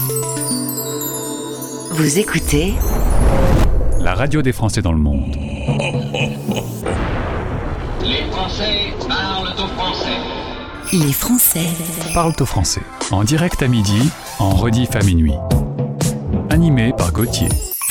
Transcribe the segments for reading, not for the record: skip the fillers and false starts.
Vous écoutez la radio des Français dans le monde. Les Français parlent au français. Les Français Parle au français. En direct à midi, en rediff à minuit. Animé par Gauthier.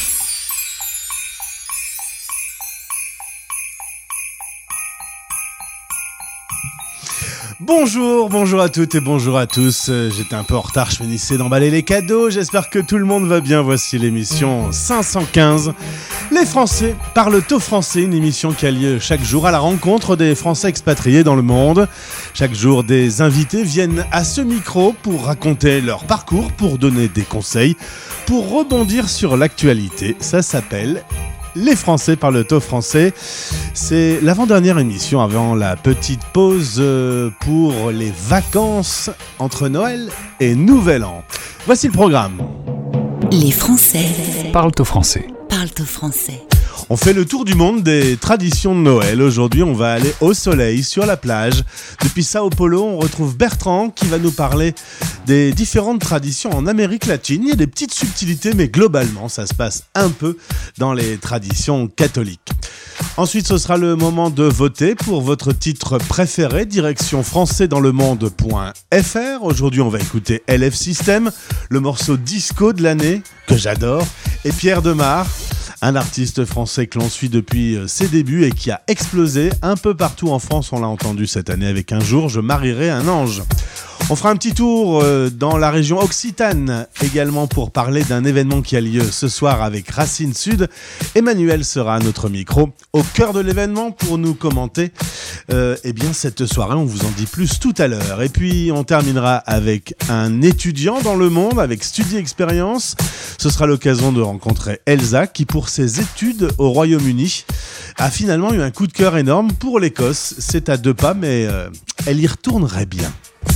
Bonjour à toutes et bonjour à tous. J'étais un peu en retard, je finissais d'emballer les cadeaux. J'espère que tout le monde va bien. Voici l'émission 515. Les Français parlent au français, une émission qui a lieu chaque jour à la rencontre des Français expatriés dans le monde. Chaque jour, des invités viennent à ce micro pour raconter leur parcours, pour donner des conseils, pour rebondir sur l'actualité. Ça s'appelle Les Français parlent au français. C'est l'avant-dernière émission avant la petite pause pour les vacances entre Noël et Nouvel An. Voici le programme. Les Français Parle au français. parlent au français. On fait le tour du monde des traditions de Noël. Aujourd'hui, on va aller au soleil, sur la plage. Depuis Sao Paulo, on retrouve Bertrand qui va nous parler des différentes traditions en Amérique latine. Il y a des petites subtilités, mais globalement, ça se passe un peu dans les traditions catholiques. Ensuite, ce sera le moment de voter pour votre titre préféré, direction françaisdanslemonde.fr. Aujourd'hui, on va écouter LF System, le morceau disco de l'année, que j'adore, et Pierre Demar, un artiste français que l'on suit depuis ses débuts et qui a explosé un peu partout en France. On l'a entendu cette année avec Un jour, je marierai un ange. On fera un petit tour dans la région Occitane également pour parler d'un événement qui a lieu ce soir avec Racine Sud. Emmanuel sera à notre micro au cœur de l'événement pour nous commenter cette soirée. On vous en dit plus tout à l'heure. Et puis on terminera avec un étudiant dans le monde avec Studi Experience. Ce sera l'occasion de rencontrer Elsa qui pour ses études au Royaume-Uni a finalement eu un coup de cœur énorme pour l'Écosse. C'est à 2 pas mais elle y retournerait bien.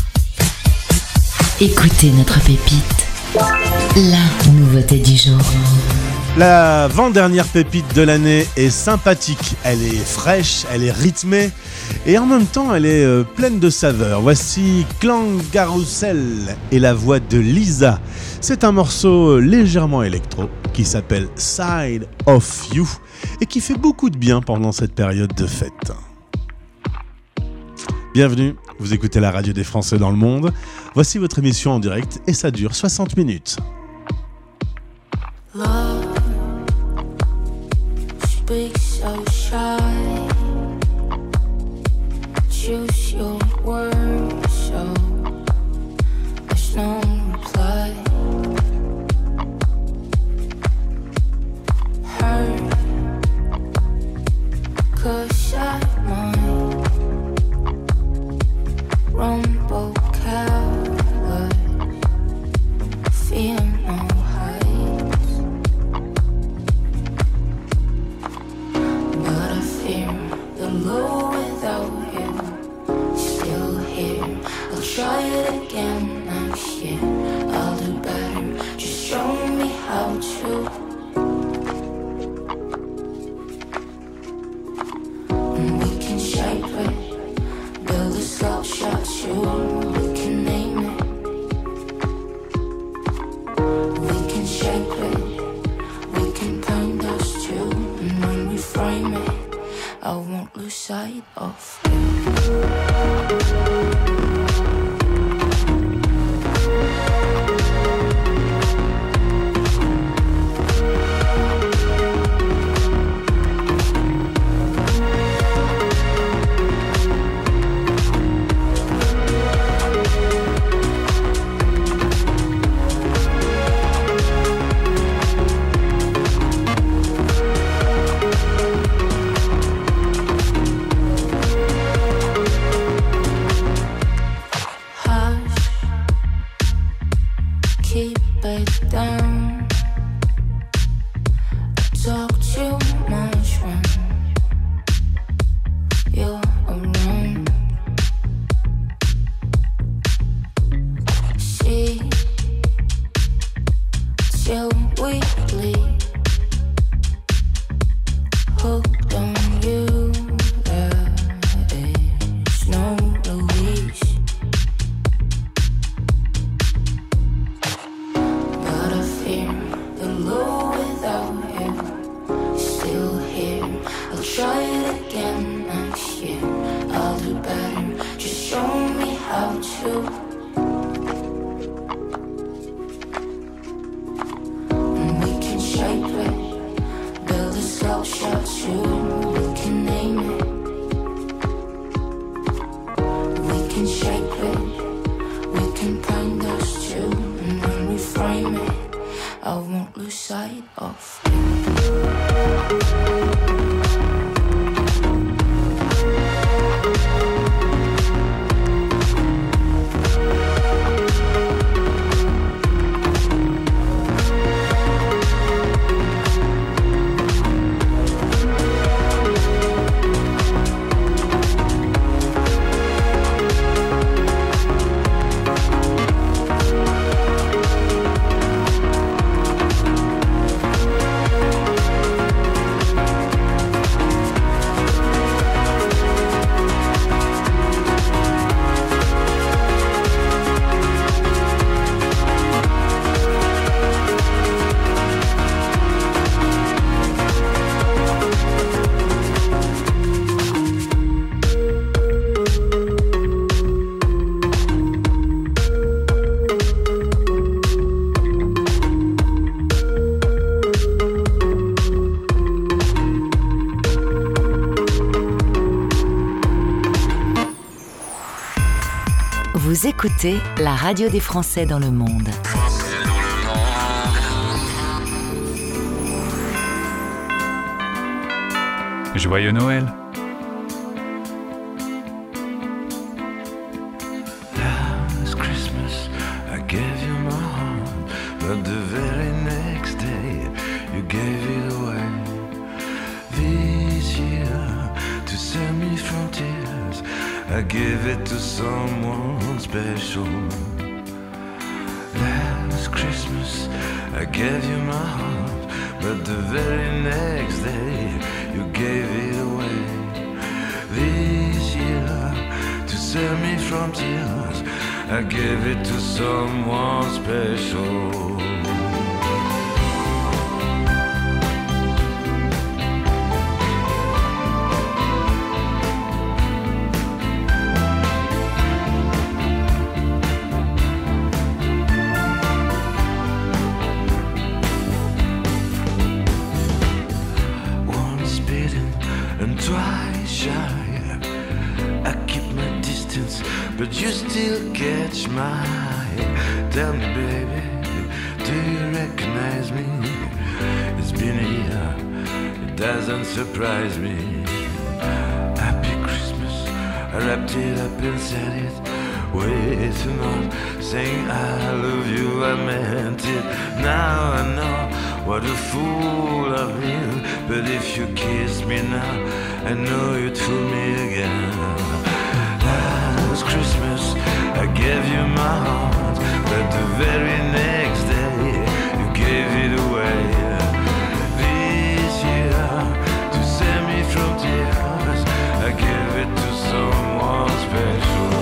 Écoutez notre pépite, la nouveauté du jour. La avant-dernière pépite de l'année est sympathique, elle est fraîche, elle est rythmée et en même temps elle est pleine de saveurs. Voici Clan Carousel et la voix de Lisa. C'est un morceau légèrement électro qui s'appelle Side of You et qui fait beaucoup de bien pendant cette période de fête. Bienvenue, vous écoutez la radio des Français dans le monde. Voici votre émission en direct et ça dure 60 minutes. Love speaks so shy. Choose your words so there's no reply. Hurt 'cause I might rumble coward, fear no heights, but I fear the low without you. Still here, I'll try it again next year. I'll do better, just show me how to. And we can shape it, build a slingshot, we can name it. We can shape it, we can paint us too. And when we frame it, I won't lose sight of you. Keep it down. Talk too much when you're around. See till we leave. Hooked on you, there's no release. I won't lose sight of you. Vous écoutez la radio des Français dans le monde. Joyeux Noël! Last Christmas I gave you my heart, but the very next day you gave it away. This year, to save me from tears, I give it to someone special. Last Christmas I gave you my heart, but the very next day you gave it away. This year, to save me from tears, I gave it to someone special. But you still catch my eye. Tell me, baby, do you recognize me? It's been a year, it doesn't surprise me. Happy Christmas, I wrapped it up and said it way too long. Saying I love you, I meant it. Now I know what a fool I've been. But if you kiss me now, I know you'd fool me again. Christmas, I gave you my heart, but the very next day you gave it away. This year, to save me from tears, I gave it to someone special.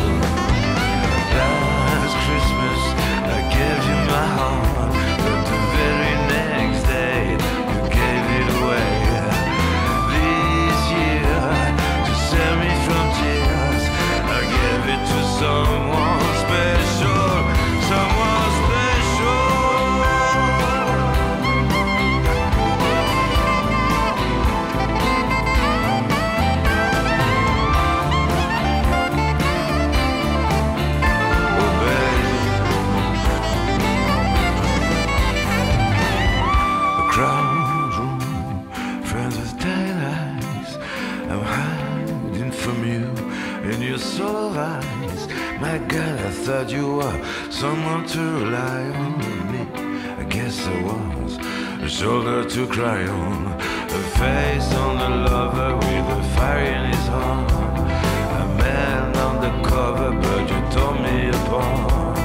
Last Christmas, I gave you my heart, but the very next day you gave it away. This year, to save me from tears, I gave it to someone special, someone special. Oh baby, a crowded room, friends with tired eyes. I'm hiding from you in your soul eyes. My God, I thought you were someone to rely on me. I guess I was a shoulder to cry on, a face on the lover with a fire in his heart, a man on the cover, but you tore me apart.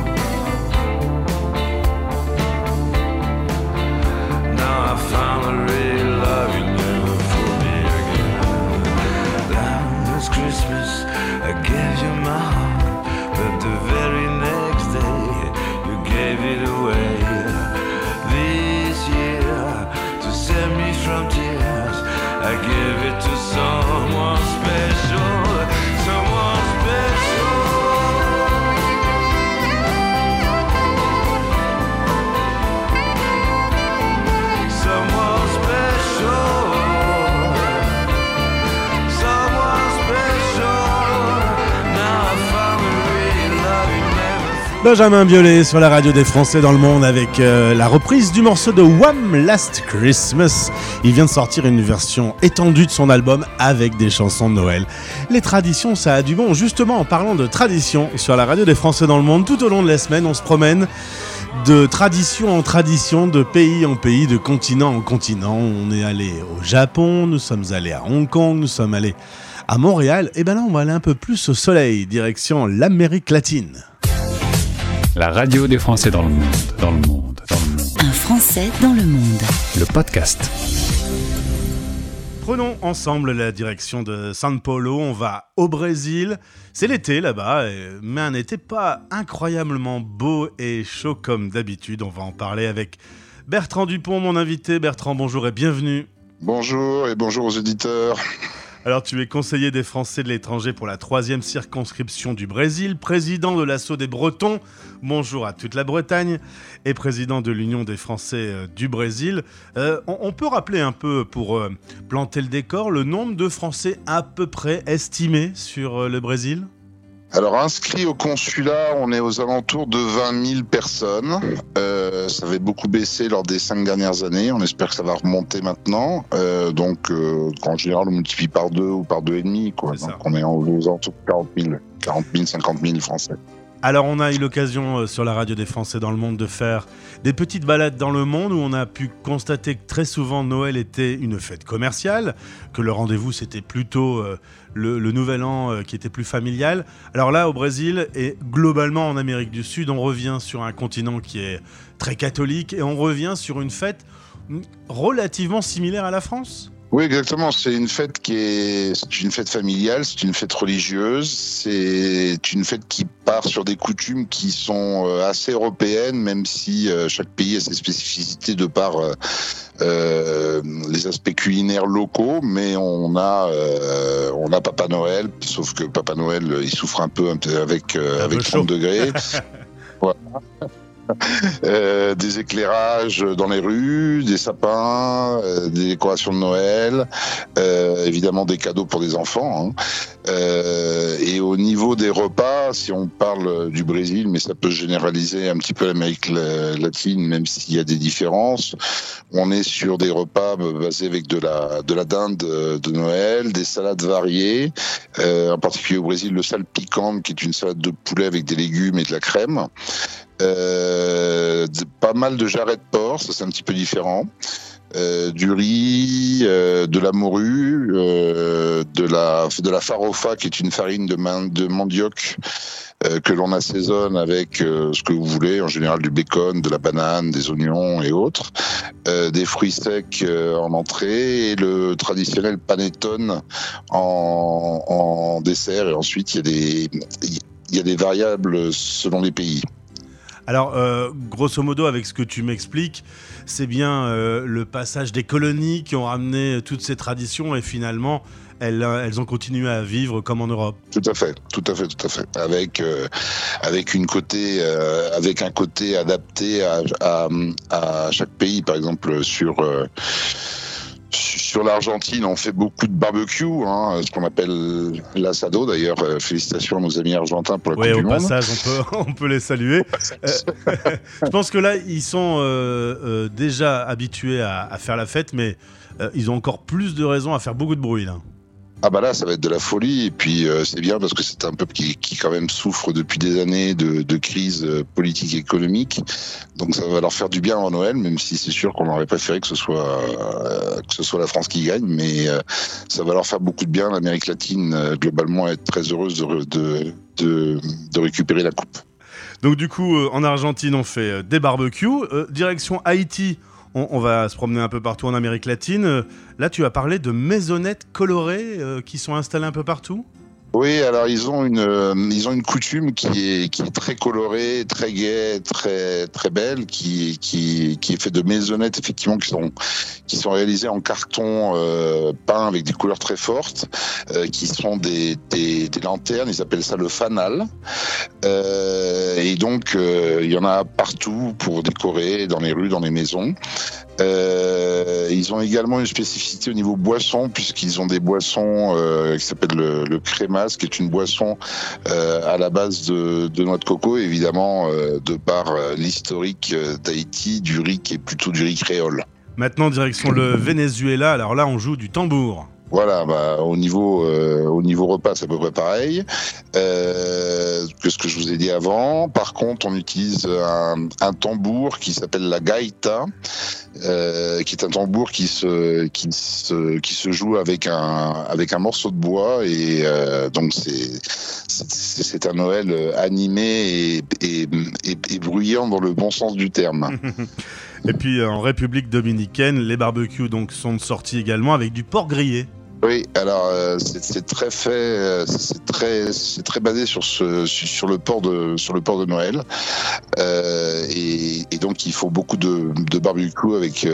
Now I found a real love, you never fool me again. Last Christmas I gave you my heart, but the very next day you gave it away. This year, to save me from tears, I gave it to someone special, someone special. Someone special. Someone special. Now I found a real love you never fooled. Benjamin Biolay sur la radio des Français dans le monde avec la reprise du morceau de Wham! Last Christmas. Il vient de sortir une version étendue de son album avec des chansons de Noël. Les traditions, ça a du bon. Justement, en parlant de traditions sur la radio des Français dans le monde, tout au long de la semaine, on se promène de tradition en tradition, de pays en pays, de continent en continent. On est allé au Japon, nous sommes allés à Hong Kong, nous sommes allés à Montréal. Et ben là, on va aller un peu plus au soleil, direction l'Amérique latine. La radio des Français dans le monde, dans le monde, dans le monde. Un Français dans le monde. Le podcast. Prenons ensemble la direction de São Paulo. On va au Brésil. C'est l'été là-bas, mais un été pas incroyablement beau et chaud comme d'habitude. On va en parler avec Bertrand Dupont, mon invité. Bertrand, bonjour et bienvenue. Bonjour et bonjour aux auditeurs. Alors, tu es conseiller des Français de l'étranger pour la 3e circonscription du Brésil, président de l'Assaut des Bretons, bonjour à toute la Bretagne, et président de l'Union des Français du Brésil. On peut rappeler un peu, pour planter le décor, le nombre de Français à peu près estimés sur le Brésil ? Alors, inscrits au consulat, on est aux alentours de 20 000 personnes. Ça avait beaucoup baissé lors des 5 dernières années. On espère que ça va remonter maintenant. Donc, en général, on multiplie par 2 ou par 2,5, quoi. Donc, on est aux alentours de 40 000, 50 000 Français. Alors, on a eu l'occasion sur la radio des Français dans le monde de faire des petites balades dans le monde où on a pu constater que très souvent Noël était une fête commerciale, que le rendez-vous c'était plutôt le Nouvel An qui était plus familial. Alors là, au Brésil et globalement en Amérique du Sud, on revient sur un continent qui est très catholique et on revient sur une fête relativement similaire à la France. Oui, exactement. C'est une fête c'est une fête familiale, c'est une fête religieuse, c'est une fête qui part sur des coutumes qui sont assez européennes, même si chaque pays a ses spécificités de par les aspects culinaires locaux. Mais on a Papa Noël, sauf que Papa Noël, il souffre un peu avec 30 degrés. Voilà. Des éclairages dans les rues, des sapins, des décorations de Noël, évidemment des cadeaux pour des enfants. Et au niveau des repas, si on parle du Brésil, mais ça peut généraliser un petit peu l'Amérique latine, même s'il y a des différences, on est sur des repas basés avec de la dinde de Noël, des salades variées, en particulier au Brésil, le salpicón, qui est une salade de poulet avec des légumes et de la crème. Pas mal de jarrets de porc, ça c'est un petit peu différent. Du riz, de la morue, de la farofa, qui est une farine de mandioc que l'on assaisonne avec ce que vous voulez, en général du bacon, de la banane, des oignons et autres, des fruits secs en entrée et le traditionnel panettone en dessert. Et ensuite il y a des variables selon les pays. Alors, grosso modo, avec ce que tu m'expliques, c'est bien le passage des colonies qui ont ramené toutes ces traditions et finalement, elles ont continué à vivre comme en Europe. Tout à fait. Avec un côté adapté à chaque pays. Par exemple, sur l'Argentine, on fait beaucoup de barbecue, ce qu'on appelle l'assado. D'ailleurs, félicitations à nos amis argentins pour la Coupe du Monde. Oui, au passage, on peut les saluer. Je pense que là, ils sont déjà habitués à faire la fête, mais ils ont encore plus de raisons à faire beaucoup de bruit, là. Ah bah là, ça va être de la folie. Et puis c'est bien parce que c'est un peuple qui quand même souffre depuis des années de crise politique et économique. Donc ça va leur faire du bien avant Noël, même si c'est sûr qu'on aurait préféré que ce soit la France qui gagne. Mais ça va leur faire beaucoup de bien. L'Amérique latine, globalement, est très heureuse de récupérer la coupe. Donc du coup, en Argentine, on fait des barbecues. Direction Haïti. On va se promener un peu partout en Amérique latine. Là, tu as parlé de maisonnettes colorées qui sont installées un peu partout ? Oui, alors ils ont une coutume qui est très colorée, très gaie, très très belle, qui est fait de maisonnettes effectivement qui sont réalisées en carton peint avec des couleurs très fortes, qui sont des lanternes. Ils appellent ça le fanal. Et donc il y en a partout pour décorer dans les rues, dans les maisons. Ils ont également une spécificité au niveau boisson, puisqu'ils ont des boissons qui s'appellent le crémas, qui est une boisson à la base de noix de coco, évidemment, de par l'historique d'Haïti, du riz qui est plutôt du riz créole. Maintenant, direction le Venezuela. Alors là, on joue du tambour. Voilà, au niveau repas, c'est à peu près pareil que ce que je vous ai dit avant. Par contre, on utilise un tambour qui s'appelle la gaita, qui est un tambour qui se joue avec un morceau de bois, et donc c'est un Noël animé et bruyant dans le bon sens du terme. Et puis en République dominicaine, les barbecues donc sont sortis également avec du porc grillé. Oui, alors c'est très basé sur le porc de Noël, et donc il faut beaucoup de barbecue avec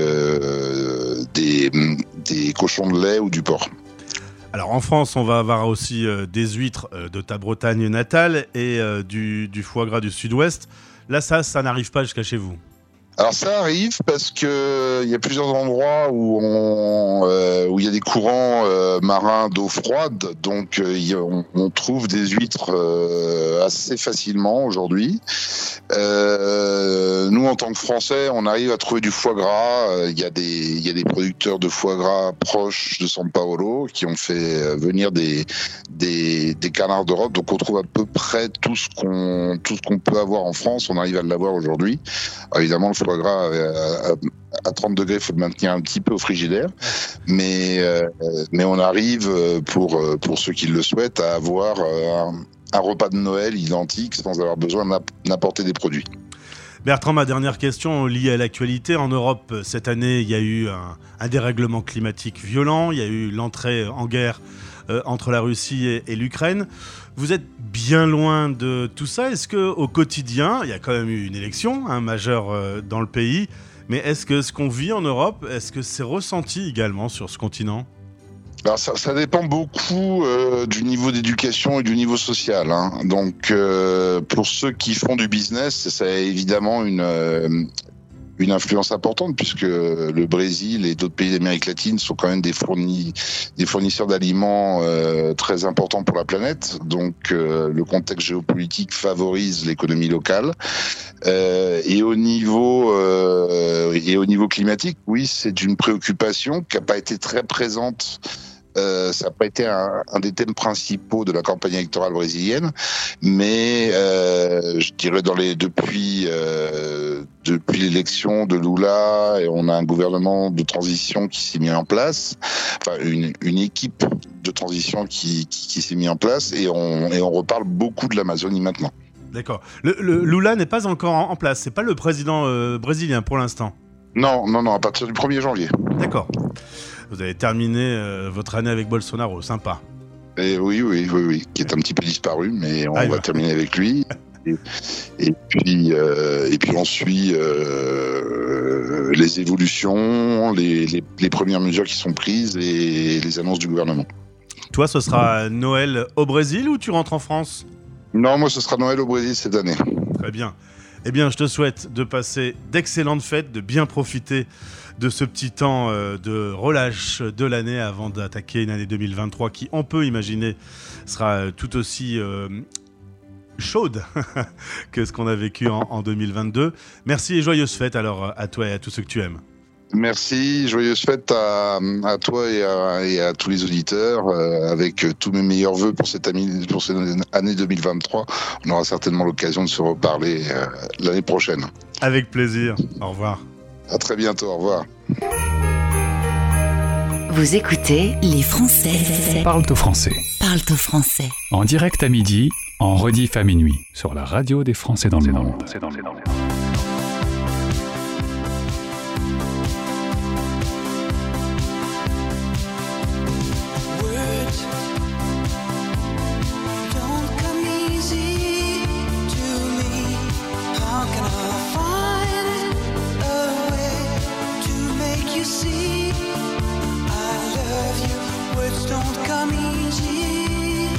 des cochons de lait ou du porc. Alors en France, on va avoir aussi des huîtres de ta Bretagne natale et du foie gras du Sud-Ouest. Là, ça n'arrive pas jusqu'à chez vous. Alors ça arrive parce que il y a plusieurs endroits où il y a des courants marins d'eau froide, donc on trouve des huîtres assez facilement aujourd'hui. Nous, en tant que Français, on arrive à trouver du foie gras. Il y a des producteurs de foie gras proches de São Paulo qui ont fait venir des canards d'Europe, donc on trouve à peu près tout ce qu'on peut avoir en France. On arrive à l'avoir aujourd'hui. Alors, évidemment, le foie gras à 30 degrés, il faut le maintenir un petit peu au frigidaire, mais on arrive pour ceux qui le souhaitent à avoir un repas de Noël identique sans avoir besoin d'apporter des produits. Bertrand, ma dernière question liée à l'actualité. En Europe, cette année, il y a eu un dérèglement climatique violent, il y a eu l'entrée en guerre entre la Russie et l'Ukraine. Vous êtes bien loin de tout ça. Est-ce qu'au quotidien, il y a quand même eu une élection majeure dans le pays, mais est-ce que ce qu'on vit en Europe, est-ce que c'est ressenti également sur ce continent ? Alors ça dépend beaucoup du niveau d'éducation et du niveau social, hein. Donc pour ceux qui font du business, ça a évidemment une influence importante, puisque le Brésil et d'autres pays d'Amérique latine sont quand même des fournisseurs d'aliments très importants pour la planète. Donc le contexte géopolitique favorise l'économie locale. Et au niveau climatique, oui, c'est une préoccupation qui n'a pas été très présente. Ça n'a pas été un des thèmes principaux de la campagne électorale brésilienne, mais je dirais depuis l'élection de Lula, on a un gouvernement de transition qui s'est mis en place, enfin une équipe de transition qui s'est mis en place, et on reparle beaucoup de l'Amazonie maintenant. D'accord. Le Lula n'est pas encore en place, c'est pas le président brésilien pour l'instant. Non, à partir du 1er janvier. D'accord. Vous avez terminé votre année avec Bolsonaro, sympa. Et oui, qui est un petit peu disparu, mais on va terminer avec lui. Et puis on suit les évolutions, les premières mesures qui sont prises et les annonces du gouvernement. Toi, ce sera Noël au Brésil ou tu rentres en France ? Non, moi, ce sera Noël au Brésil cette année. Très bien. Eh bien, je te souhaite de passer d'excellentes fêtes, de bien profiter de ce petit temps de relâche de l'année avant d'attaquer une année 2023 qui, on peut imaginer, sera tout aussi chaude que ce qu'on a vécu en 2022. Merci et joyeuses fêtes alors à toi et à tous ceux que tu aimes. Merci, joyeuses fêtes à toi et à tous les auditeurs, avec tous mes meilleurs vœux pour cette année 2023. On aura certainement l'occasion de se reparler l'année prochaine. Avec plaisir, au revoir. À très bientôt, au revoir. Vous écoutez Les Français Parle au français. Parle au français. En direct à midi, en rediff à minuit, sur la radio des Français dans le monde.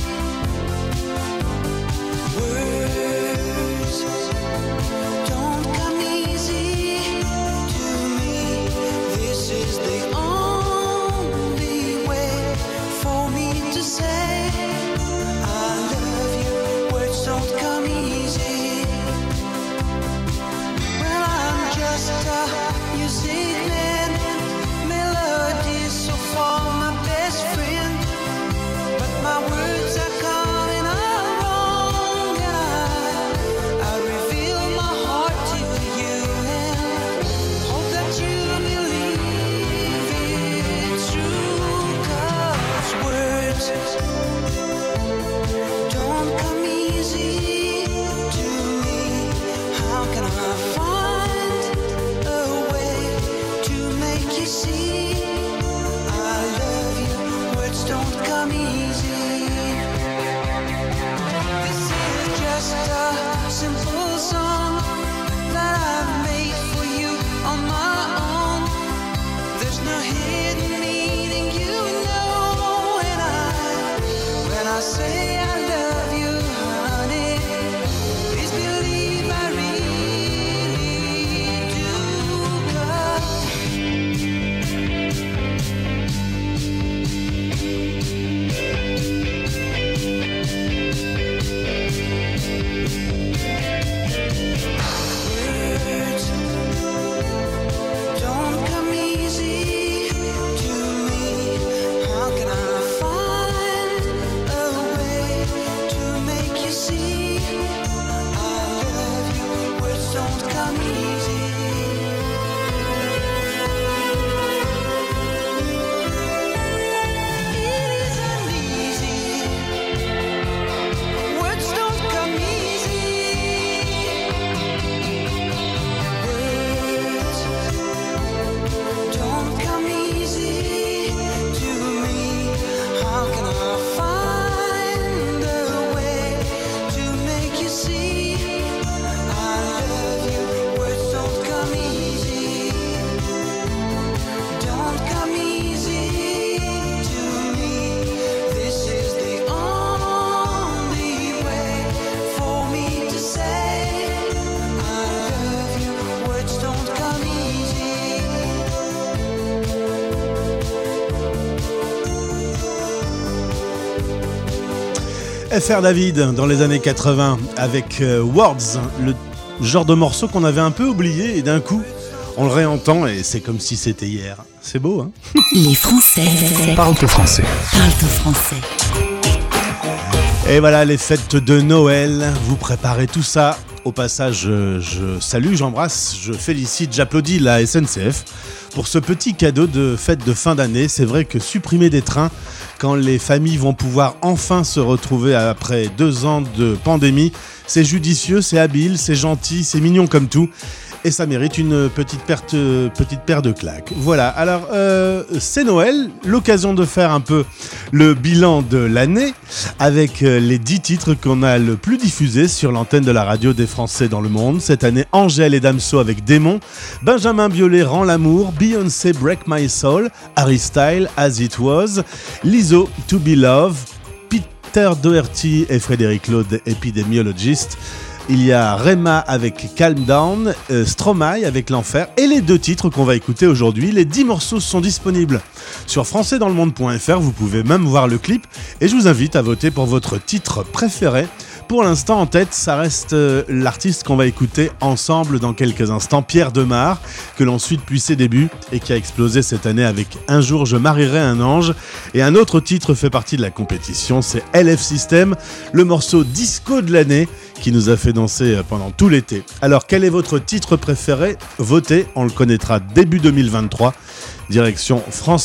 Don't FR David dans les années 80 avec Words, le genre de morceau qu'on avait un peu oublié et d'un coup on le réentend et c'est comme si c'était hier. C'est beau, hein? Les Français Parle au français. parlent au français. Et voilà les fêtes de Noël, vous préparez tout ça. Au passage, je salue, j'embrasse, je félicite, j'applaudis la SNCF pour ce petit cadeau de fête de fin d'année. C'est vrai que supprimer des trains quand les familles vont pouvoir enfin se retrouver après 2 ans de pandémie, c'est judicieux, c'est habile, c'est gentil, c'est mignon comme tout. Et ça mérite une petite paire de claques. Voilà, alors c'est Noël, l'occasion de faire un peu le bilan de l'année avec les 10 titres qu'on a le plus diffusés sur l'antenne de la radio des Français dans le monde. Cette année, Angèle et Damso avec Démon, Benjamin Biolay Rend l'amour, Beyoncé Break My Soul, Harry Styles As It Was, Lizzo To Be Loved, Peter Doherty et Frédéric Claude Epidemiologist. Il y a Rema avec Calm Down, Stromae avec L'Enfer et les 2 titres qu'on va écouter aujourd'hui. Les 10 morceaux sont disponibles sur françaisdanslemonde.fr. Vous pouvez même voir le clip et je vous invite à voter pour votre titre préféré. Pour l'instant en tête, ça reste l'artiste qu'on va écouter ensemble dans quelques instants, Pierre Demar, que l'on suit depuis ses débuts et qui a explosé cette année avec Un jour je marierai un ange. Et un autre titre fait partie de la compétition, c'est LF System, le morceau disco de l'année qui nous a fait danser pendant tout l'été. Alors quel est votre titre préféré? Votez, on le connaîtra début 2023. Direction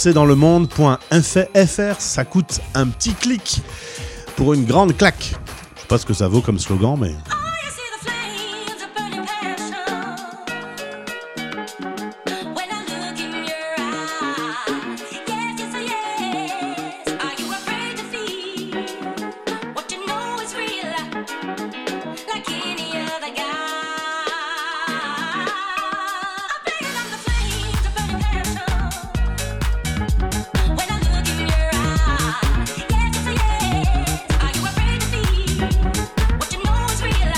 françaisdanslemonde.fr, ça coûte un petit clic pour une grande claque. Je sais pas ce que ça vaut comme slogan, mais... What you know is real.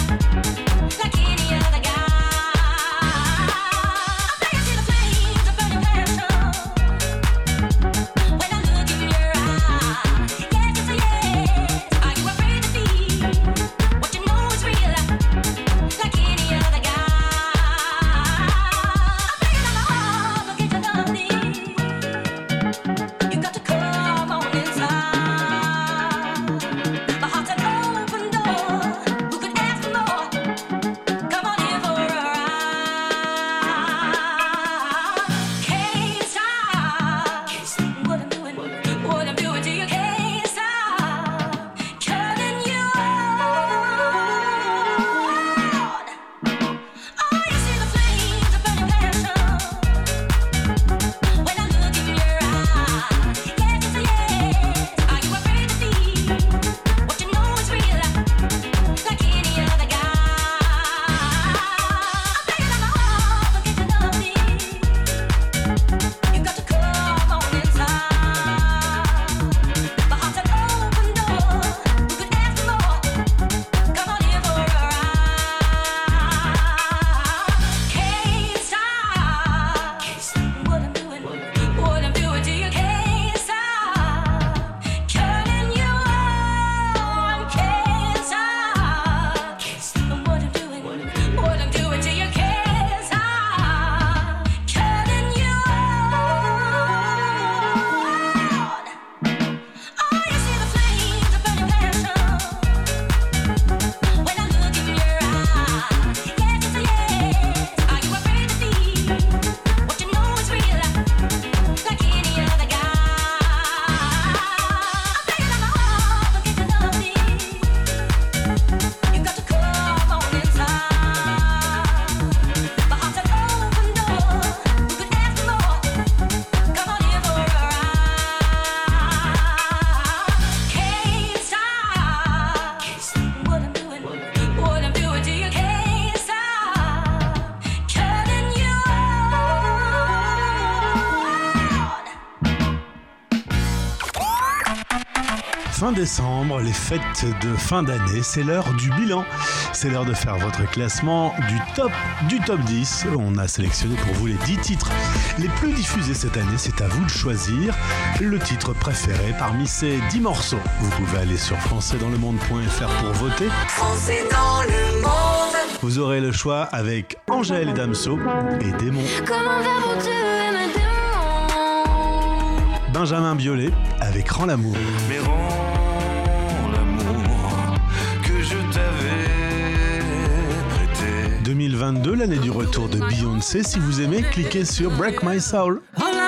Fin décembre, les fêtes de fin d'année, c'est l'heure du bilan. C'est l'heure de faire votre classement du top 10. On a sélectionné pour vous les 10 titres les plus diffusés cette année. C'est à vous de choisir le titre préféré parmi ces 10 morceaux. Vous pouvez aller sur françaisdanslemonde.fr pour voter. Français dans le monde. Vous aurez le choix avec Angèle et Damso et Démon. Comment faire pour tuer mes démons? Benjamin Biolay avec Rends l'amour. Mais rends l'amour que je t'avais prêté. 2022, l'année du retour de Beyoncé. Si vous aimez, cliquez sur Break My Soul.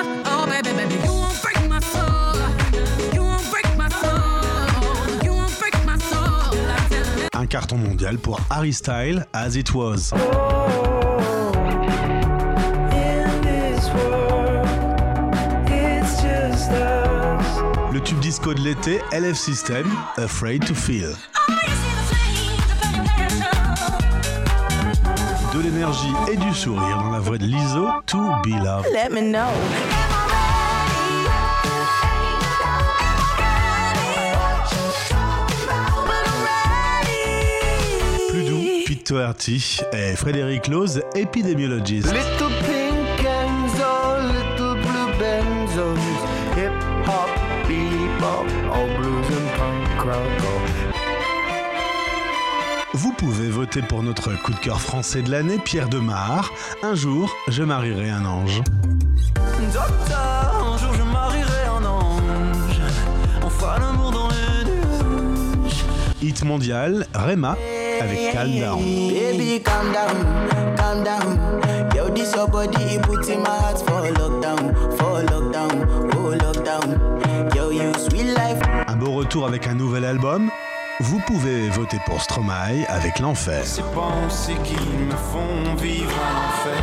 Un carton mondial pour Harry Styles, As It Was. Le tube disco de l'été, LF System, Afraid to Feel. De l'énergie et du sourire dans la voix de Lizzo, To Be Loved. Let me know. Plus doux, Pete Doherty et Frédéric Lose, Epidemiologist. Little pink Enzo, little blue benzos, hip hop, bebop, all blues and punk rock. Vous pouvez voter pour notre coup de cœur français de l'année, Pierre Demar. Un jour, je marierai un ange. Docteur, un jour je marierai un ange. On fera l'amour dans les nuages. Hit mondial, Rema avec Calm Down. Baby, calm down, calm down. Yo, this your body, it puts in my heart for lockdown, oh lockdown. Yo, you sweet life. Un beau retour avec un nouvel album. Vous pouvez voter pour Stromae avec L'Enfer. Ces pensées qui me font vivre en enfer.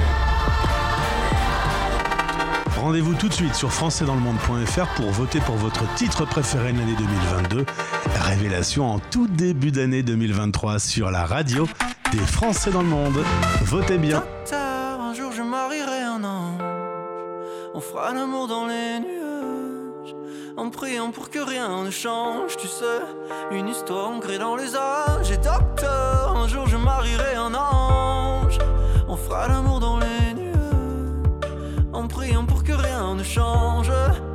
Rendez-vous tout de suite sur françaisdanslemonde.fr pour voter pour votre titre préféré de l'année 2022. Révélation en tout début d'année 2023 sur la radio des Français dans le monde. Votez bien. Docteur, un jour je marierai un ange. On fera l'amour dans les nuages. En priant pour que rien ne change, tu sais. Une histoire ancrée dans les âges. Et docteur, un jour je marierai un ange. On fera l'amour dans les nuages. En priant pour que rien ne change.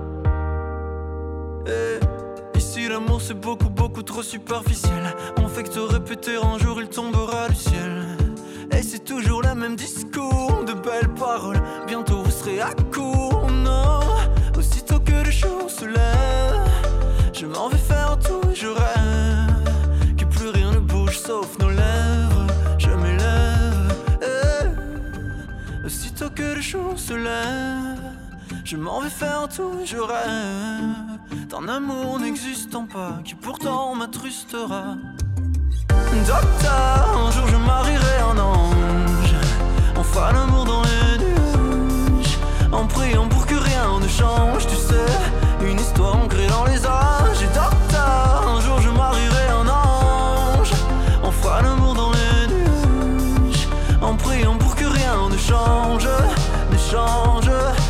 Et ici l'amour c'est beaucoup beaucoup trop superficiel. On fait que te répéter un jour il tombera du ciel. Et c'est toujours le même discours, de belles paroles. Bientôt vous serez à court, non. Aussitôt que le jour se lève, je m'en vais faire tout et je rêve que plus rien ne bouge sauf nos lèvres. Je m'élève, aussitôt que le jour se lève, je m'en vais faire tout et je rêve d'un amour n'existant pas qui pourtant m'attrustera. Docteur, un jour je marierai un ange. On fera l'amour dans les nuages. En priant pour que rien ne change, tu sais. Une histoire ancrée dans les âges. Et docteur, un jour je marierai un ange. On fera l'amour dans les nuages. En priant pour que rien ne change, ne change.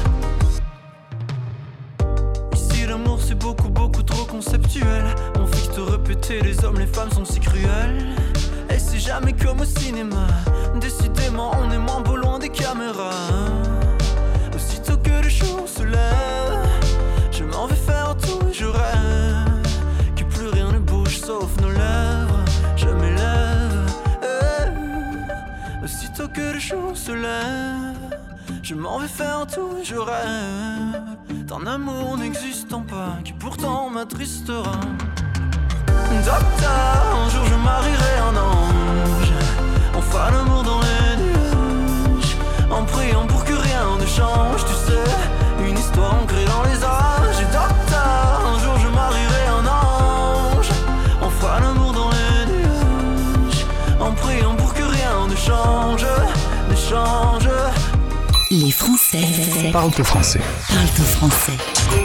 Ici l'amour c'est beaucoup beaucoup trop conceptuel. On fait que te répéter, les hommes, les femmes sont si cruels. Et c'est jamais comme au cinéma. Décidément on est moins beau loin des caméras. Aussitôt que le jour se lève, je m'en vais faire tout et je rêve que plus rien ne bouge sauf nos lèvres. Je m'élève, aussitôt que le jour se lève, je m'en vais faire tout et je rêve d'un amour n'existant pas qui pourtant m'attristera. Docteur, un jour je marierai un ange. On fera l'amour dans les nuages. En priant pour que rien ne change, tu sais. Une histoire ancrée dans les âges. Et docteur, un jour je marierai un ange. On fera l'amour dans les nuages. En priant pour que rien ne change, ne change. Les Français Parle-toi français. Parle-toi français.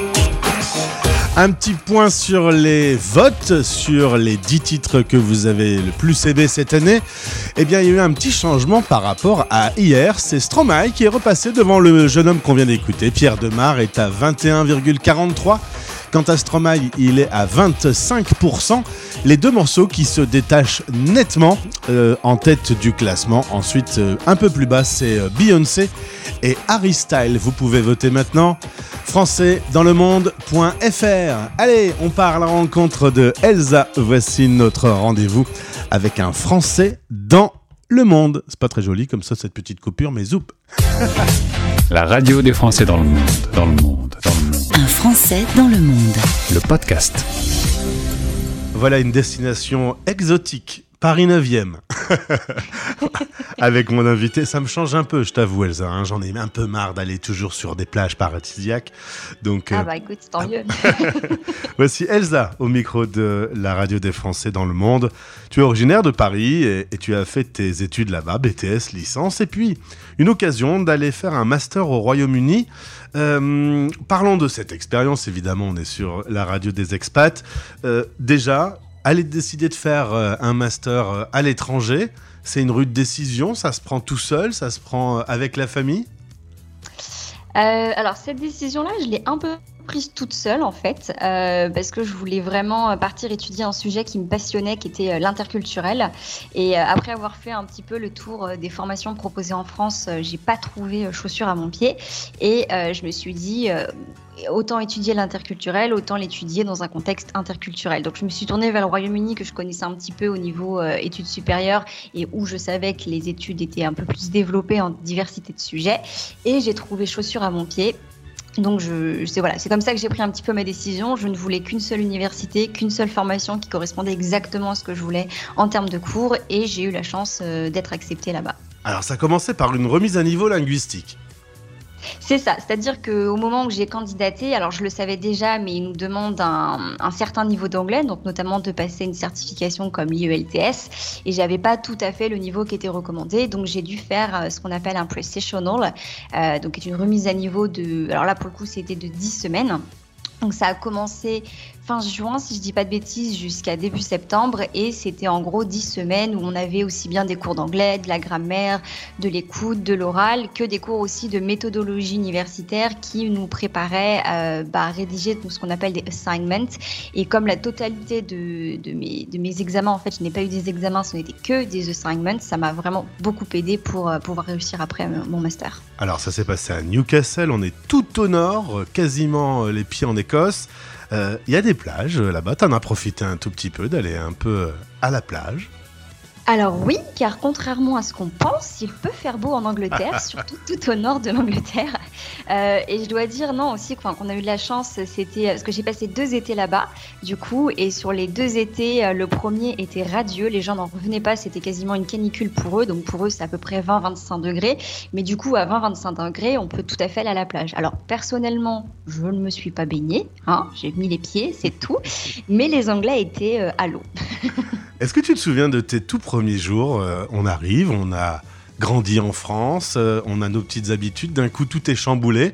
Un petit point sur les votes, sur les 10 titres que vous avez le plus aimé cette année. Eh bien, il y a eu un petit changement par rapport à hier. C'est Stromae qui est repassé devant le jeune homme qu'on vient d'écouter. Pierre Demar est à 21,43. Quant à Stromae, il est à 25%. Les deux morceaux qui se détachent nettement en tête du classement. Ensuite, un peu plus bas, c'est Beyoncé et Harry Styles. Vous pouvez voter maintenant. françaisdanslemonde.fr. Allez, on part à la rencontre de Elsa. Voici notre rendez-vous avec un Français dans le monde. C'est pas très joli comme ça, cette petite coupure, mais zoup. La radio des Français dans le monde, dans le monde, dans le monde. Un Français dans le monde. Le podcast. Voilà une destination exotique. Paris 9e. Avec mon invité, ça me change un peu, je t'avoue Elsa, hein, j'en ai un peu marre d'aller toujours sur des plages paradisiaques. Donc, écoute, tant mieux. Voici Elsa au micro de la radio des Français dans le monde. Tu es originaire de Paris et tu as fait tes études là-bas, BTS, licence, et puis une occasion d'aller faire un master au Royaume-Uni. Parlons de cette expérience, évidemment, on est sur la radio des expats. Déjà, aller décider de faire un master à l'étranger, c'est une rude décision, ça se prend tout seul, ça se prend avec la famille ? Alors cette décision-là, je l'ai un peu prise toute seule en fait, parce que je voulais vraiment partir étudier un sujet qui me passionnait, qui était l'interculturel. Et après avoir fait un petit peu le tour des formations proposées en France, j'ai pas trouvé chaussure à mon pied. Et je me suis dit, autant étudier l'interculturel, autant l'étudier dans un contexte interculturel. Donc je me suis tournée vers le Royaume-Uni que je connaissais un petit peu au niveau études supérieures et où je savais que les études étaient un peu plus développées en diversité de sujets. Et j'ai trouvé chaussure à mon pied. Donc c'est comme ça que j'ai pris un petit peu ma décision. Je ne voulais qu'une seule université, qu'une seule formation qui correspondait exactement à ce que je voulais en termes de cours, et j'ai eu la chance d'être acceptée là-bas. Alors ça commençait par une remise à niveau linguistique. C'est ça, c'est-à-dire qu'au moment où j'ai candidaté, alors je le savais déjà, mais ils nous demandent un certain niveau d'anglais, donc notamment de passer une certification comme l'IELTS, et j'avais pas tout à fait le niveau qui était recommandé, donc j'ai dû faire ce qu'on appelle un pre-sessional, donc qui est une remise à niveau alors là pour le coup c'était de 10 semaines. Donc ça a commencé fin juin, si je dis pas de bêtises, jusqu'à début septembre, et c'était en gros 10 semaines où on avait aussi bien des cours d'anglais, de la grammaire, de l'écoute, de l'oral, que des cours aussi de méthodologie universitaire qui nous préparaient à rédiger ce qu'on appelle des assignments. Et comme la totalité de mes examens, en fait, je n'ai pas eu des examens, ce n'était que des assignments, ça m'a vraiment beaucoup aidé pour pouvoir réussir après mon master. Alors ça s'est passé à Newcastle, on est tout au nord, quasiment les pieds en Écosse. Il y a des plages là-bas, t'en as profité un tout petit peu d'aller un peu à la plage. Alors oui, car contrairement à ce qu'on pense, il peut faire beau en Angleterre, surtout tout au nord de l'Angleterre. Et je dois dire non aussi qu'on a eu de la chance, c'était parce que j'ai passé 2 étés là-bas, du coup, et sur les 2 étés, le premier était radieux, les gens n'en revenaient pas, c'était quasiment une canicule pour eux, donc pour eux c'est à peu près 20-25 degrés, mais du coup à 20-25 degrés, on peut tout à fait aller à la plage. Alors personnellement, je ne me suis pas baignée, j'ai mis les pieds, c'est tout, mais les Anglais étaient à l'eau. Est-ce que tu te souviens de tes tout premiers jours ? On arrive, on a grandi en France, on a nos petites habitudes, d'un coup tout est chamboulé.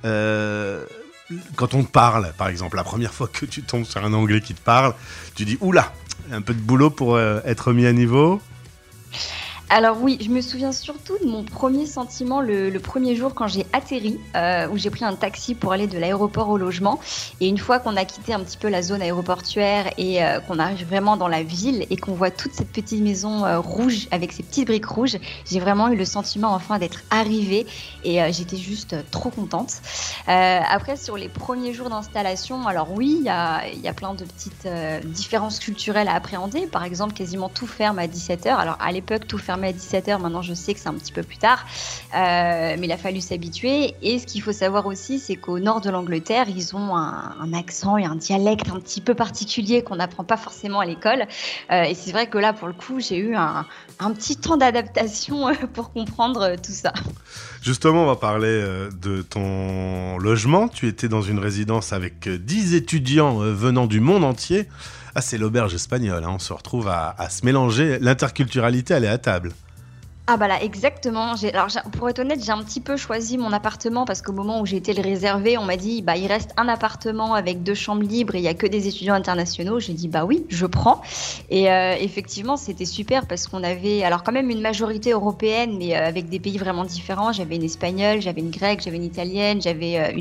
Quand on te parle, par exemple, la première fois que tu tombes sur un Anglais qui te parle, tu dis « Oula, un peu de boulot pour être mis à niveau ». Alors oui, je me souviens surtout de mon premier sentiment le premier jour quand j'ai atterri, où j'ai pris un taxi pour aller de l'aéroport au logement. Et une fois qu'on a quitté un petit peu la zone aéroportuaire et qu'on arrive vraiment dans la ville et qu'on voit toute cette petite maison rouge avec ces petites briques rouges, j'ai vraiment eu le sentiment enfin d'être arrivée et j'étais juste trop contente. Après, sur les premiers jours d'installation, alors oui, il y a plein de petites différences culturelles à appréhender. Par exemple, quasiment tout ferme à 17h. Alors à l'époque, tout ferme à 17h, maintenant je sais que c'est un petit peu plus tard, mais il a fallu s'habituer. Et ce qu'il faut savoir aussi, c'est qu'au nord de l'Angleterre, ils ont un accent et un dialecte un petit peu particulier qu'on n'apprend pas forcément à l'école, et c'est vrai que là pour le coup j'ai eu un petit temps d'adaptation pour comprendre tout ça. Justement, on va parler de ton logement. Tu étais dans une résidence avec 10 étudiants venant du monde entier. Ah, c'est l'auberge espagnole, on se retrouve à se mélanger. L'interculturalité, elle est à table. Ah bah là, exactement. Pour être honnête, j'ai un petit peu choisi mon appartement parce qu'au moment où j'ai été le réserver, on m'a dit il reste un appartement avec 2 chambres libres et il n'y a que des étudiants internationaux. J'ai dit bah oui, je prends. Et effectivement, c'était super parce qu'on avait alors quand même une majorité européenne, mais avec des pays vraiment différents. J'avais une espagnole, j'avais une grecque, j'avais une italienne, j'avais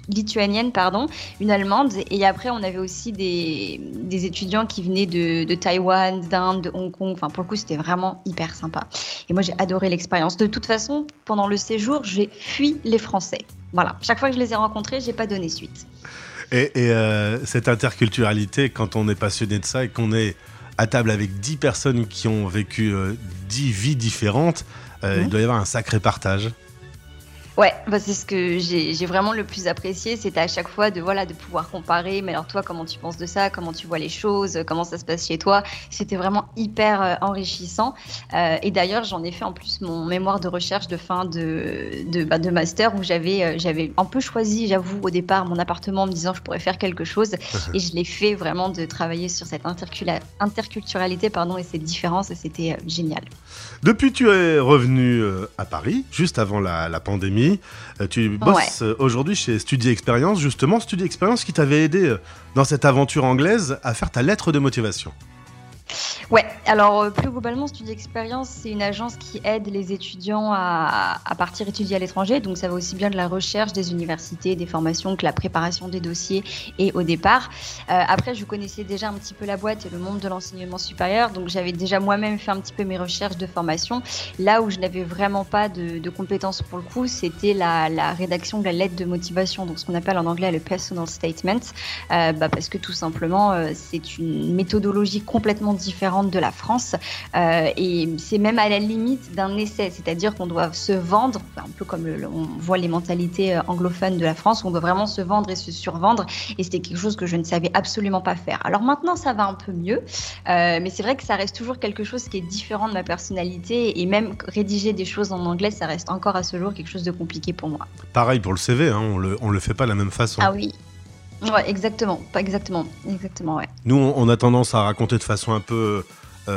lituanienne, une allemande. Et après, on avait aussi des étudiants qui venaient de Taïwan, d'Inde, de Hong Kong. Enfin, pour le coup, c'était vraiment hyper sympa. Et moi, j'ai adoré l'expérience. De toute façon, pendant le séjour, j'ai fui les Français. Voilà. Chaque fois que je les ai rencontrés, j'ai pas donné suite. Et cette interculturalité, quand on est passionné de ça et qu'on est à table avec 10 personnes qui ont vécu 10 vies différentes, il doit y avoir un sacré partage. Ouais, c'est ce que j'ai vraiment le plus apprécié, c'était à chaque fois de pouvoir comparer. Mais alors toi, comment tu penses de ça? Comment tu vois les choses? Comment ça se passe chez toi? C'était vraiment hyper enrichissant. Et d'ailleurs, j'en ai fait en plus mon mémoire de recherche de fin de master où j'avais un peu choisi, j'avoue, au départ, mon appartement en me disant que je pourrais faire quelque chose. Et je l'ai fait vraiment de travailler sur cette interculturalité et cette différence, et c'était génial. Depuis, tu es revenu à Paris, juste avant la pandémie. Tu bosses aujourd'hui chez Studi Expérience, justement, Studi Expérience qui t'avait aidé dans cette aventure anglaise à faire ta lettre de motivation. Ouais, alors plus globalement, Studi Expérience, c'est une agence qui aide les étudiants à partir étudier à l'étranger. Donc ça va aussi bien de la recherche des universités, des formations, que la préparation des dossiers et au départ. Après, je connaissais déjà un petit peu la boîte et le monde de l'enseignement supérieur. Donc j'avais déjà moi-même fait un petit peu mes recherches de formation. Là où je n'avais vraiment pas de compétences pour le coup, c'était la rédaction de la lettre de motivation. Donc ce qu'on appelle en anglais le personal statement. Parce que tout simplement, c'est une méthodologie complètement différente de la France et c'est même à la limite d'un essai, c'est-à-dire qu'on doit se vendre, un peu comme on voit les mentalités anglophones de la France, où on doit vraiment se vendre et se survendre, et c'était quelque chose que je ne savais absolument pas faire. Alors maintenant ça va un peu mieux, mais c'est vrai que ça reste toujours quelque chose qui est différent de ma personnalité, et même rédiger des choses en anglais, ça reste encore à ce jour quelque chose de compliqué pour moi. Pareil pour le CV, on le fait pas de la même façon. Ah oui. Ouais, exactement, ouais. Nous, on a tendance à raconter de façon un peu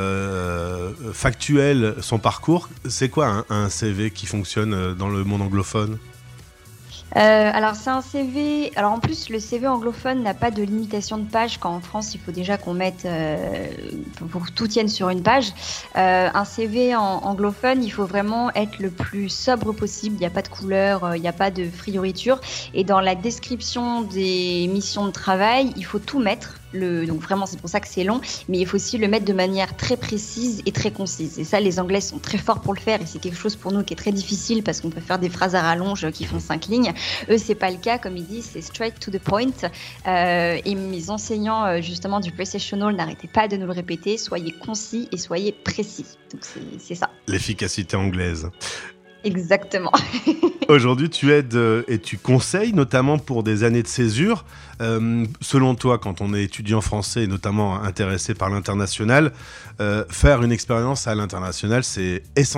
factuelle son parcours. C'est quoi un CV qui fonctionne dans le monde anglophone ? Alors c'est un CV. Alors en plus le CV anglophone n'a pas de limitation de page, quand en France il faut déjà qu'on mette pour que tout tienne sur une page. Un CV anglophone, il faut vraiment être le plus sobre possible. Il n'y a pas de couleur, il n'y a pas de frioriture. Et dans la description des missions de travail, il faut tout mettre. Donc vraiment c'est pour ça que c'est long, mais il faut aussi le mettre de manière très précise et très concise, et ça les Anglais sont très forts pour le faire, et c'est quelque chose pour nous qui est très difficile parce qu'on peut faire des phrases à rallonge qui font 5 lignes. Eux c'est pas le cas, comme ils disent, c'est straight to the point, et mes enseignants justement du Pre-Sessional n'arrêtaient pas de nous le répéter: soyez concis et soyez précis. Donc c'est ça, l'efficacité anglaise. Exactement. Aujourd'hui, tu aides et tu conseilles, notamment pour des années de césure. Selon toi, quand on est étudiant français et notamment intéressé par l'international, faire une expérience à l'international, c'est essentiel ?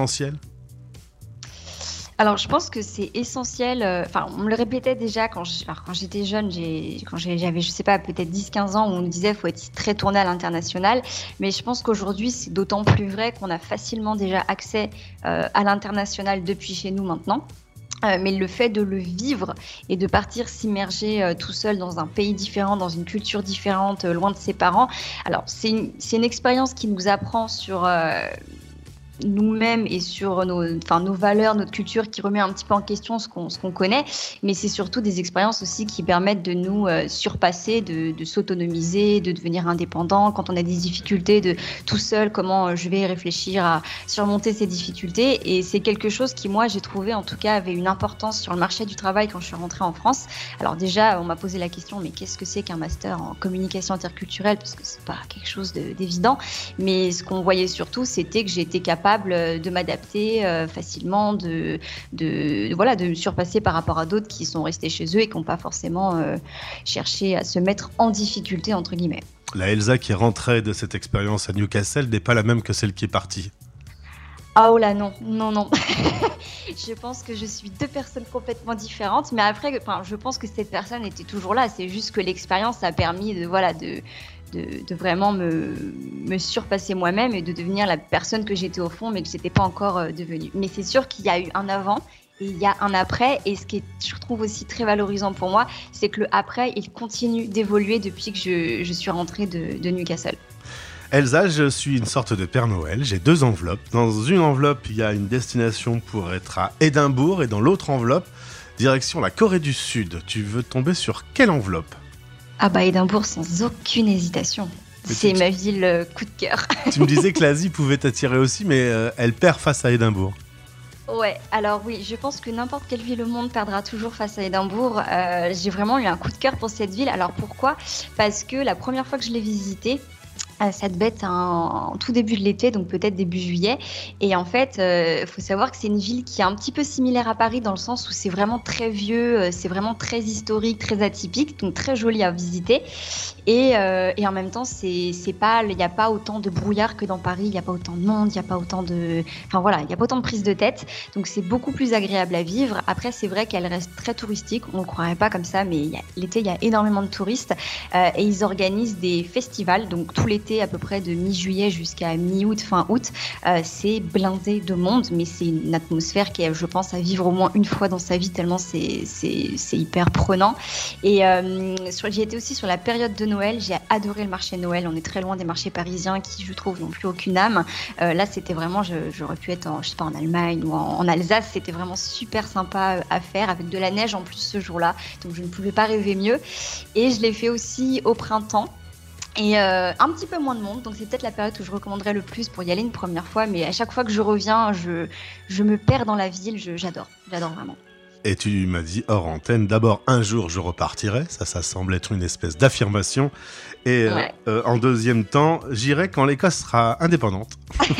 Alors, je pense que c'est essentiel. On me le répétait déjà quand j'étais jeune, quand j'avais, je sais pas, peut-être 10-15 ans, où on me disait qu'il faut être très tourné à l'international. Mais je pense qu'aujourd'hui, c'est d'autant plus vrai qu'on a facilement déjà accès à l'international depuis chez nous maintenant. Mais le fait de le vivre et de partir s'immerger tout seul dans un pays différent, dans une culture différente, loin de ses parents, alors c'est une expérience qui nous apprend sur nous-mêmes et sur nos valeurs, notre culture, qui remet un petit peu en question ce qu'on connaît, mais c'est surtout des expériences aussi qui permettent de nous surpasser, de s'autonomiser, de devenir indépendant. Quand on a des difficultés, de tout seul, comment je vais réfléchir à surmonter ces difficultés. Et c'est quelque chose qui, moi, j'ai trouvé, en tout cas, avait une importance sur le marché du travail quand je suis rentrée en France. Alors déjà, on m'a posé la question, mais qu'est-ce que c'est qu'un master en communication interculturelle? Parce que c'est pas quelque chose d'évident. Mais ce qu'on voyait surtout, c'était que j'étais capable de m'adapter facilement, de me surpasser par rapport à d'autres qui sont restés chez eux et qui n'ont pas forcément cherché à se mettre en difficulté, entre guillemets. La Elsa qui est rentrée de cette expérience à Newcastle n'est pas la même que celle qui est partie. Ah oh là non. Je pense que je suis deux personnes complètement différentes, mais après, je pense que cette personne était toujours là. C'est juste que l'expérience a permis de vraiment me surpasser moi-même et de devenir la personne que j'étais au fond, mais que j'étais pas encore devenue. Mais c'est sûr qu'il y a eu un avant et il y a un après, et ce qui est, je trouve aussi très valorisant pour moi, c'est que le après, il continue d'évoluer depuis que je suis rentrée de Newcastle. Elsa, je suis une sorte de Père Noël, j'ai 2 enveloppes. Dans une enveloppe, il y a une destination pour être à Édimbourg et dans l'autre enveloppe, direction la Corée du Sud. Tu veux tomber sur quelle enveloppe ? Ah bah Édimbourg sans aucune hésitation. C'est ma ville coup de cœur. Tu me disais que l'Asie pouvait t'attirer aussi, mais elle perd face à Édimbourg. Ouais, alors oui, je pense que n'importe quelle ville au monde perdra toujours face à Édimbourg. J'ai vraiment eu un coup de cœur pour cette ville. Alors pourquoi ? Parce que la première fois que je l'ai visitée, ça devait être en tout début de l'été, donc peut-être début juillet. Et en fait, faut savoir que c'est une ville qui est un petit peu similaire à Paris dans le sens où c'est vraiment très vieux, c'est vraiment très historique, très atypique, donc très joli à visiter. Et en même temps, c'est pas, il n'y a pas autant de brouillard que dans Paris, il n'y a pas autant de monde, il n'y a pas autant de... Enfin voilà, il n'y a pas autant de prise de tête. Donc c'est beaucoup plus agréable à vivre. Après, c'est vrai qu'elle reste très touristique. On ne le croirait pas comme ça, mais l'été, il y a énormément de touristes. Et ils organisent des festivals, donc tout l'été, à peu près de mi-juillet jusqu'à mi-août, fin août, c'est blindé de monde, mais c'est une atmosphère qui est, je pense, à vivre au moins une fois dans sa vie, tellement c'est hyper prenant. Et j'ai été aussi sur la période de Noël, j'ai adoré le marché de Noël, on est très loin des marchés parisiens qui, je trouve, n'ont plus aucune âme. Là, c'était vraiment, j'aurais pu être en Allemagne ou en Alsace, c'était vraiment super sympa à faire, avec de la neige en plus ce jour-là, donc je ne pouvais pas rêver mieux. Et je l'ai fait aussi au printemps. Et un petit peu moins de monde, donc c'est peut-être la période où je recommanderais le plus pour y aller une première fois, mais à chaque fois que je reviens, je me perds dans la ville, j'adore vraiment. Et tu m'as dit hors antenne, d'abord un jour je repartirai, ça semble être une espèce d'affirmation, et ouais. En deuxième temps, j'irai quand l'Écosse sera indépendante.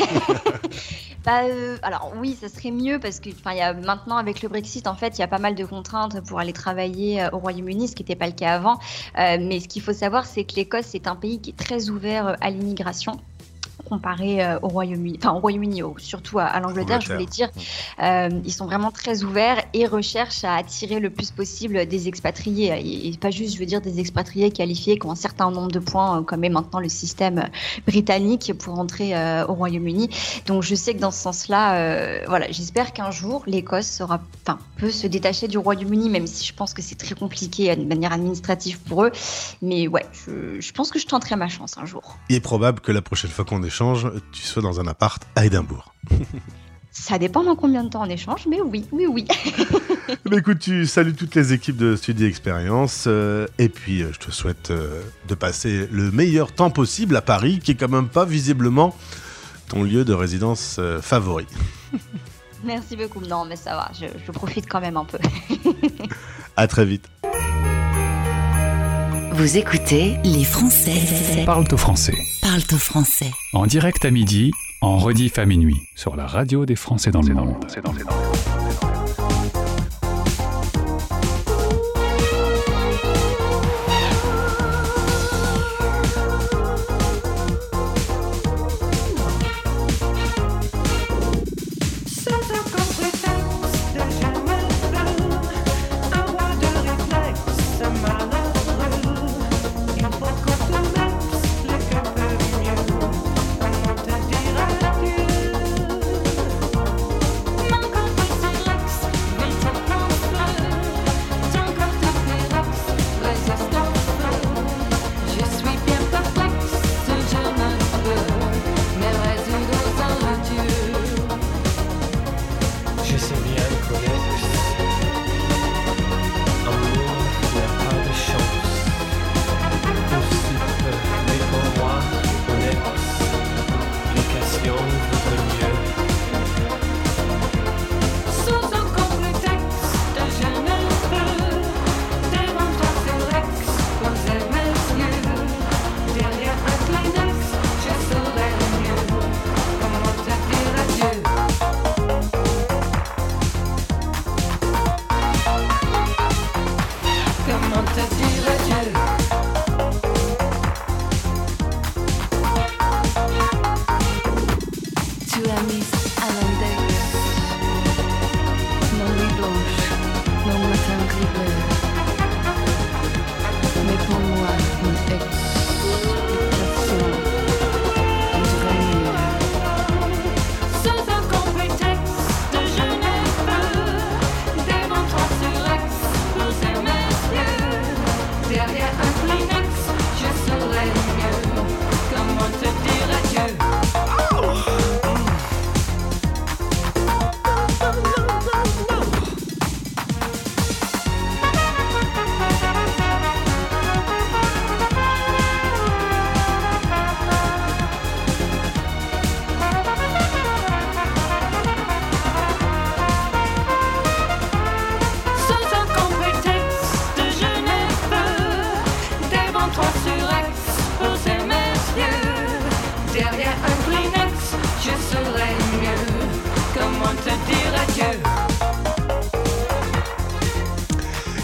Alors oui, ça serait mieux parce que y a, maintenant avec le Brexit, en fait, il y a pas mal de contraintes pour aller travailler au Royaume-Uni, ce qui n'était pas le cas avant. Mais ce qu'il faut savoir, c'est que l'Écosse est un pays qui est très ouvert à l'immigration. Comparé au Royaume-Uni, surtout à l'Angleterre, je voulais dire, ils sont vraiment très ouverts et recherchent à attirer le plus possible des expatriés, et pas juste, je veux dire, des expatriés qualifiés qui ont un certain nombre de points, comme est maintenant le système britannique pour entrer au Royaume-Uni. Donc je sais que dans ce sens-là, j'espère qu'un jour l'Écosse peut se détacher du Royaume-Uni, même si je pense que c'est très compliqué de manière administrative pour eux. Mais ouais, je pense que je tenterai ma chance un jour. Il est probable que la prochaine fois qu'on échange, tu sois dans un appart à Édimbourg. Ça dépend dans combien de temps on échange, mais oui. Mais écoute, tu salues toutes les équipes de Studio Expérience et puis je te souhaite de passer le meilleur temps possible à Paris, qui est quand même pas visiblement ton lieu de résidence favori. Merci beaucoup. Non, mais ça va, je profite quand même un peu. À très vite. Vous écoutez Les Français. Parle au français. Parle au français. En direct à midi, en rediff à minuit, sur la radio des Français dans le monde. Quand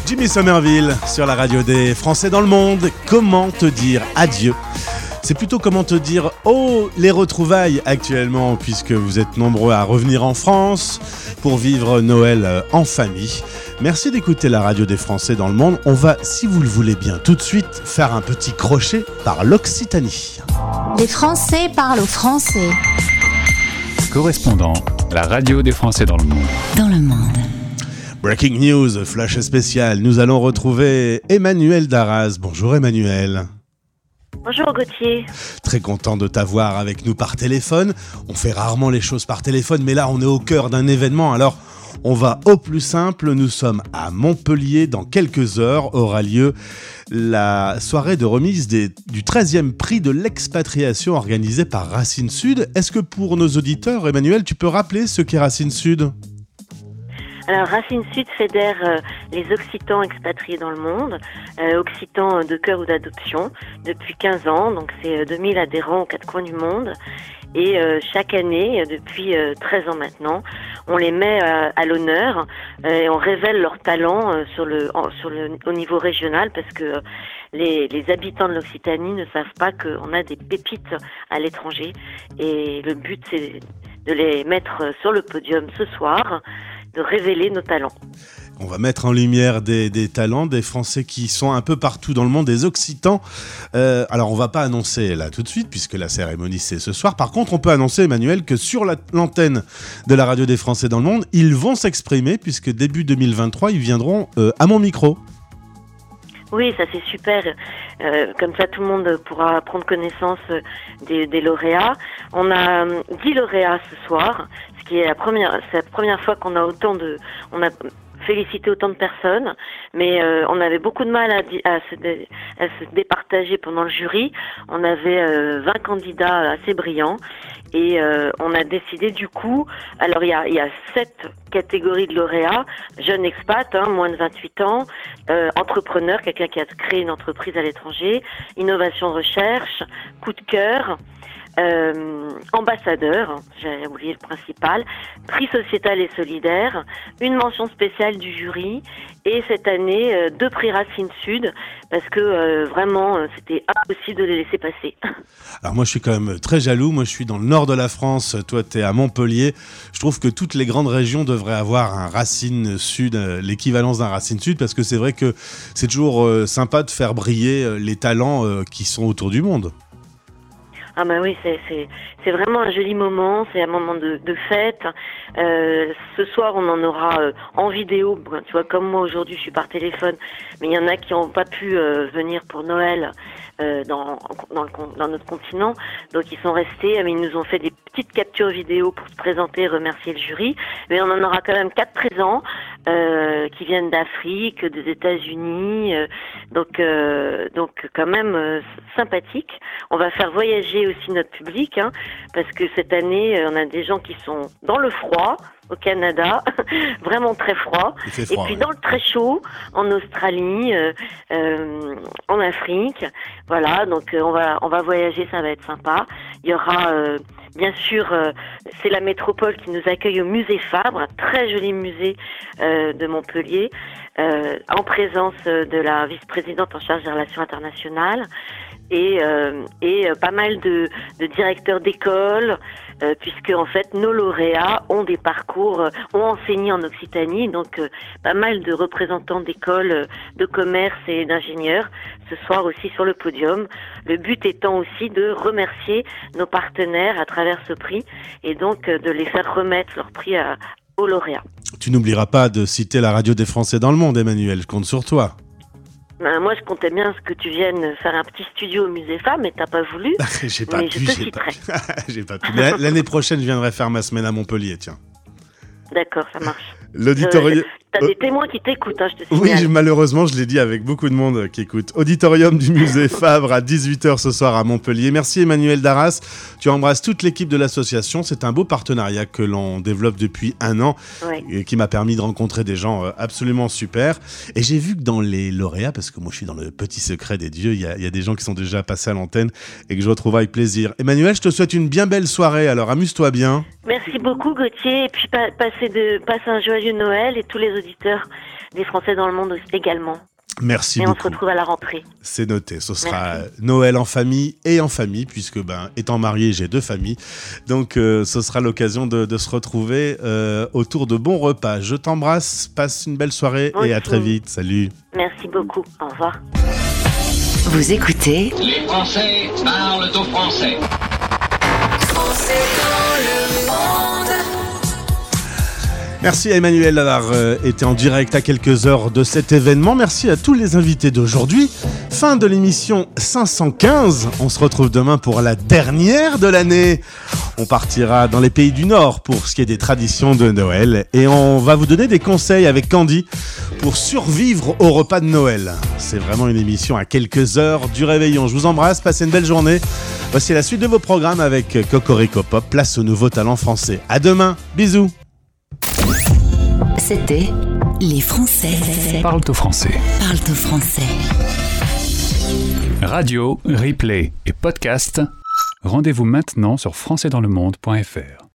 Jimmy Somerville sur la radio des Français dans le monde. Comment te dire adieu ? C'est plutôt comment te dire oh les retrouvailles actuellement, puisque vous êtes nombreux à revenir en France pour vivre Noël en famille. Merci d'écouter la radio des Français dans le monde. On va, si vous le voulez bien, tout de suite faire un petit crochet par l'Occitanie. Les Français parlent aux Français. Correspondant, la radio des Français dans le monde. Dans le monde. Breaking news, flash spécial. Nous allons retrouver Emmanuel Darras. Bonjour Emmanuel. Bonjour Gauthier. Très content de t'avoir avec nous par téléphone. On fait rarement les choses par téléphone, mais là on est au cœur d'un événement. Alors on va au plus simple. Nous sommes à Montpellier. Dans quelques heures aura lieu la soirée de remise du 13e prix de l'expatriation organisée par Racine Sud. Est-ce que pour nos auditeurs, Emmanuel, tu peux rappeler ce qu'est Racine Sud ? Alors Racine Sud fédère les Occitans expatriés dans le monde, Occitans de cœur ou d'adoption, depuis 15 ans, donc c'est 2000 adhérents aux quatre coins du monde. Et chaque année, depuis 13 ans maintenant, on les met à l'honneur et on révèle leurs talents au niveau régional, parce que les habitants de l'Occitanie ne savent pas qu'on a des pépites à l'étranger. Et le but, c'est de les mettre sur le podium ce soir, de révéler nos talents. On va mettre en lumière des talents, des Français qui sont un peu partout dans le monde, des Occitans. Alors, on va pas annoncer là tout de suite, puisque la cérémonie, c'est ce soir. Par contre, on peut annoncer, Emmanuel, que sur l'antenne de la radio des Français dans le monde, ils vont s'exprimer, puisque début 2023, ils viendront à mon micro. Oui, ça c'est super. Comme ça, tout le monde pourra prendre connaissance des lauréats. On a 10 lauréats ce soir, ce qui est c'est la première fois qu'on a on a félicité autant de personnes, mais on avait beaucoup de mal à se départager pendant le jury. On avait 20 candidats assez brillants. Et on a décidé du coup, alors il y a 7 catégories de lauréats: jeune expat, moins de 28 ans, entrepreneur, quelqu'un qui a créé une entreprise à l'étranger, innovation recherche, coup de cœur, ambassadeur, j'ai oublié le principal, prix sociétal et solidaire, une mention spéciale du jury, et cette année 2 prix Racine Sud, parce que vraiment c'était impossible de les laisser passer. Alors moi je suis quand même très jaloux, moi je suis dans le nord de la France, toi t'es à Montpellier. Je trouve que toutes les grandes régions devraient avoir un Racine Sud, l'équivalence d'un Racine Sud, parce que c'est vrai que c'est toujours sympa de faire briller les talents qui sont autour du monde. Ah bah oui, c'est vraiment un joli moment, c'est un moment de fête. Ce soir, on en aura en vidéo. Tu vois, comme moi aujourd'hui, je suis par téléphone, mais il y en a qui n'ont pas pu venir pour Noël dans notre continent. Donc ils sont restés, mais ils nous ont fait des petites captures vidéo pour se présenter et remercier le jury. Mais on en aura quand même 4 présents qui viennent d'Afrique, des États-Unis, donc quand même sympathique. On va faire voyager aussi notre public, parce que cette année, on a des gens qui sont dans le froid, au Canada, vraiment très froid, et puis dans le très chaud, en Australie, en Afrique, voilà, donc on va voyager, ça va être sympa. Il y aura, bien sûr, c'est la métropole qui nous accueille au musée Fabre, un très joli musée de Montpellier, en présence de la vice-présidente en charge des relations internationales, et pas mal de directeurs d'école, puisque en fait nos lauréats ont des parcours, ont enseigné en Occitanie, donc pas mal de représentants d'écoles de commerce et d'ingénieurs ce soir aussi sur le podium. Le but étant aussi de remercier nos partenaires à travers ce prix, et donc de les faire remettre leur prix aux lauréats. Tu n'oublieras pas de citer la radio des Français dans le monde, Emmanuel, je compte sur toi. Moi, je comptais bien que tu viennes faire un petit studio au Musée Femmes, mais t'as pas voulu. J'ai pas pu. L'année prochaine, je viendrai faire ma semaine à Montpellier, tiens. D'accord, ça marche. L'auditorium. T'as des témoins qui t'écoutent, je te signale. Oui, malheureusement, je l'ai dit avec beaucoup de monde qui écoute. Auditorium du musée Fabre à 18h ce soir à Montpellier. Merci Emmanuel Darras. Tu embrasses toute l'équipe de l'association. C'est un beau partenariat que l'on développe depuis 1 an, et qui m'a permis de rencontrer des gens absolument super. Et j'ai vu que dans les lauréats, parce que moi je suis dans le petit secret des dieux, il y a des gens qui sont déjà passés à l'antenne et que je retrouve avec plaisir. Emmanuel, je te souhaite une bien belle soirée, alors amuse-toi bien. Merci beaucoup Gauthier, et puis passe un joyeux Noël, et tous les auditeurs des Français dans le monde également. Merci beaucoup. Et on se beaucoup. retrouve à la rentrée. C'est noté. Ce sera Noël en famille et en famille, puisque étant marié, j'ai 2 familles. Donc, ce sera l'occasion de se retrouver autour de bons repas. Je t'embrasse, passe une belle soirée et à très vite. Salut. Merci beaucoup. Au revoir. Vous écoutez Les Français parlent au français. Français dans le monde. Merci à Emmanuel d'avoir été en direct à quelques heures de cet événement. Merci à tous les invités d'aujourd'hui. Fin de l'émission 515. On se retrouve demain pour la dernière de l'année. On partira dans les pays du Nord pour ce qui est des traditions de Noël. Et on va vous donner des conseils avec Candy pour survivre au repas de Noël. C'est vraiment une émission à quelques heures du réveillon. Je vous embrasse, passez une belle journée. Voici la suite de vos programmes avec Cocorico Pop. Place aux nouveaux talents français. À demain. Bisous. C'était Les Français Parle au français. Parle au français. Radio, replay et podcast. Rendez-vous maintenant sur françaisdanslemonde.fr.